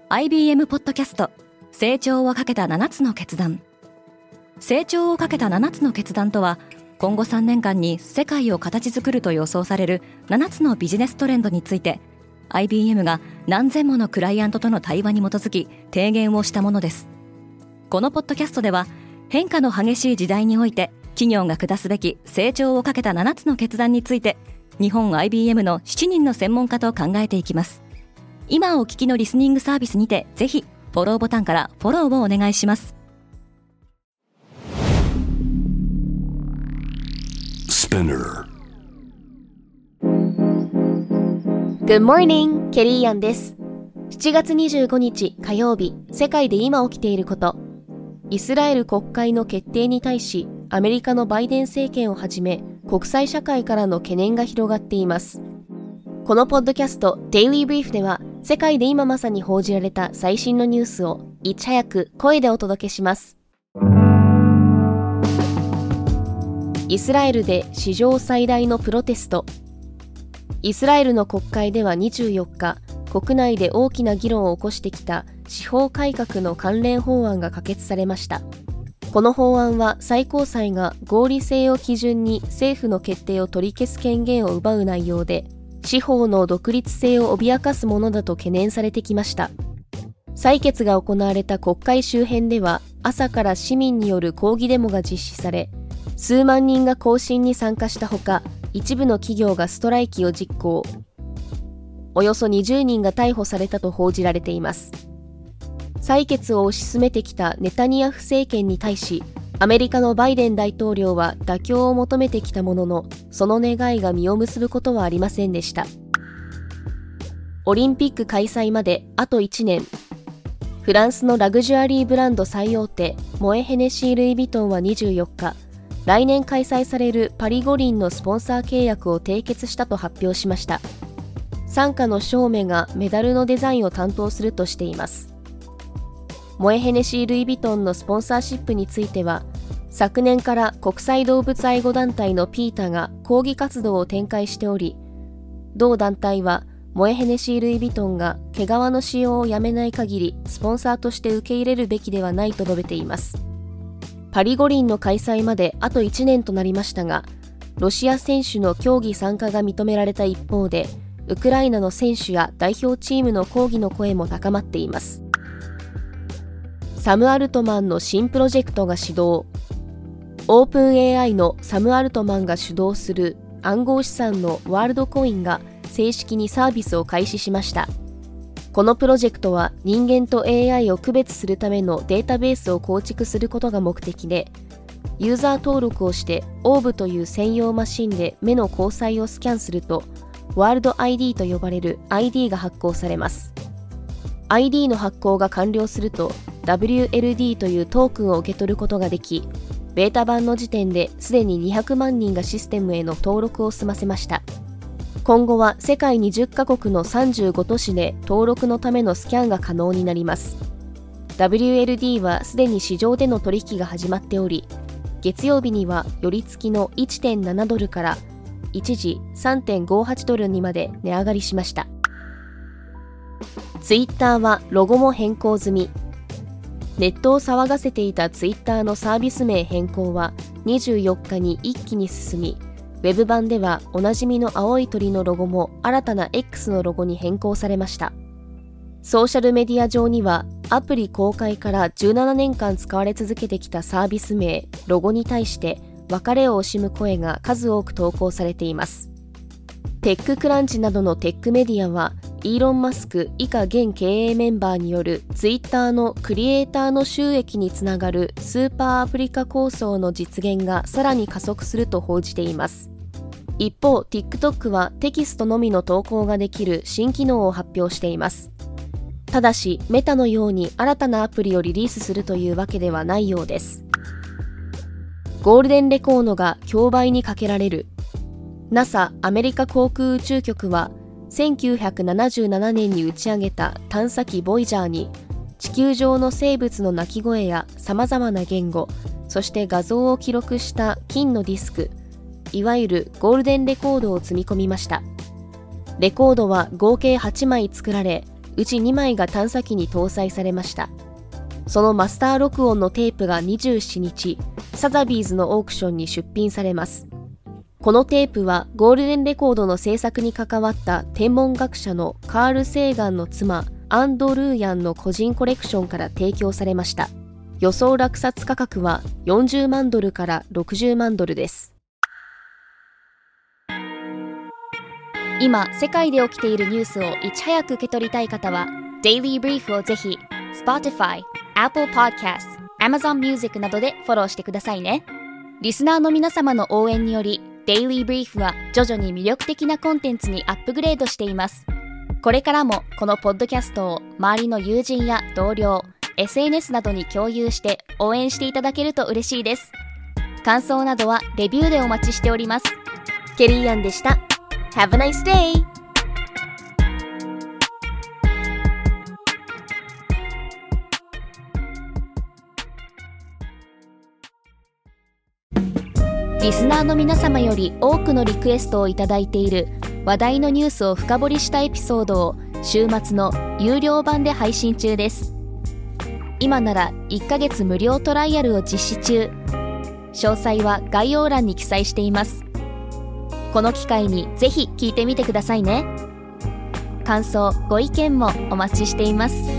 IBM ポッドキャスト成長をかけた7つの決断。成長をかけた7つの決断とは、今後3年間に世界を形作ると予想される7つのビジネストレンドについて IBM が何千ものクライアントとの対話に基づき提言をしたものです。このポッドキャストでは、変化の激しい時代において企業が下すべき成長をかけた7つの決断について、日本 IBM の7人の専門家と考えていきます。今お聞きのリスニングサービスにて、ぜひフォローボタンからフォローをお願いします。 Good morning! ケリーアンです。7月25日火曜日、世界で今起きていること。イスラエル国会の決定に対し、アメリカのバイデン政権をはじめ、国際社会からの懸念が広がっています。このポッドキャスト、デイリーブリーフでは、世界で今まさに報じられた最新のニュースをいち早く声でお届けします。イスラエルで史上最大のプロテスト。イスラエルの国会では24日、国内で大きな議論を起こしてきた司法改革の関連法案が可決されました。この法案は最高裁が合理性を基準に政府の決定を取り消す権限を奪う内容で、司法の独立性を脅かすものだと懸念されてきました。採決が行われた国会周辺では、朝から市民による抗議デモが実施され、数万人が行進に参加したほか、一部の企業がストライキを実行。およそ20人が逮捕されたと報じられています。採決を推し進めてきたネタニヤフ政権に対し、アメリカのバイデン大統領は妥協を求めてきたものの、その願いが実を結ぶことはありませんでした。オリンピック開催まであと1年。フランスのラグジュアリーブランド最大手、モエ・ヘネシー・ルイ・ヴィトンは24日、来年開催されるパリ五輪のスポンサー契約を締結したと発表しました。傘下のショーメがメダルのデザインを担当するとしています。モエ・ヘネシー・ルイ・ヴィトンのスポンサーシップについては、昨年から国際動物愛護団体のピータが抗議活動を展開しており、同団体はモエ・ヘネシー・ルイ・ヴィトンが毛皮の使用をやめない限りスポンサーとして受け入れるべきではないと述べています。パリ五輪の開催まであと1年となりましたが、ロシア選手の競技参加が認められた一方で、ウクライナの選手や代表チームの抗議の声も高まっています。サム・アルトマンの新プロジェクトが始動。オープン AI のサム・アルトマンが主導する暗号資産のワールドコインが正式にサービスを開始しました。このプロジェクトは人間と AI を区別するためのデータベースを構築することが目的で、ユーザー登録をしてオーブという専用マシンで目の虹彩をスキャンすると、ワールド ID と呼ばれる ID が発行されます。ID の発行が完了すると WLD というトークンを受け取ることができ、ベータ版の時点ですでに200万人がシステムへの登録を済ませました。今後は世界20カ国の35都市で登録のためのスキャンが可能になります。WLD はすでに市場での取引が始まっており、月曜日には寄り付きの 1.7 ドルから一時 3.58 ドルにまで値上がりしました。ツイッターはロゴも変更済み。ネットを騒がせていたツイッターのサービス名変更は24日に一気に進み、ウェブ版ではおなじみの青い鳥のロゴも新たな X のロゴに変更されました。ソーシャルメディア上にはアプリ公開から17年間使われ続けてきたサービス名、ロゴに対して別れを惜しむ声が数多く投稿されています。テッククランチなどのテックメディアは、イーロン・マスク以下現経営メンバーによるツイッターのクリエイターの収益につながるスーパーアフリカ構想の実現がさらに加速すると報じています。一方、TikTok はテキストのみの投稿ができる新機能を発表しています。ただし、メタのように新たなアプリをリリースするというわけではないようです。ゴールデンレコードが競売にかけられる。NASA アメリカ航空宇宙局は1977年に打ち上げた探査機ボイジャーに地球上の生物の鳴き声や様々な言語、そして画像を記録した金のディスク、いわゆるゴールデンレコードを積み込みました。レコードは合計8枚作られ、 うち2枚が探査機に搭載されました。そのマスター録音のテープが27日、サザビーズのオークションに出品されます。このテープはゴールデンレコードの制作に関わった天文学者のカール・セーガンの妻アンドルーヤンの個人コレクションから提供されました。予想落札価格は40万ドルから60万ドルです。今、世界で起きているニュースをいち早く受け取りたい方は、Daily Brief をぜひ Spotify、Apple Podcasts、Amazon Music などでフォローしてくださいね。リスナーの皆様の応援により、Daily Brief は徐々に魅力的なコンテンツにアップグレードしています。これからもこのポッドキャストを周りの友人や同僚、SNS などに共有して応援していただけると嬉しいです。感想などはレビューでお待ちしております。ケリーアンでした。Have a nice day! リスナーの皆様より多くのリクエストをいただいている話題のニュースを深掘りしたエピソードを週末の有料版で配信中です。今なら1ヶ月無料トライアルを実施中。詳細は概要欄に記載しています。この機会にぜひ聞いてみてくださいね。感想、ご意見もお待ちしています。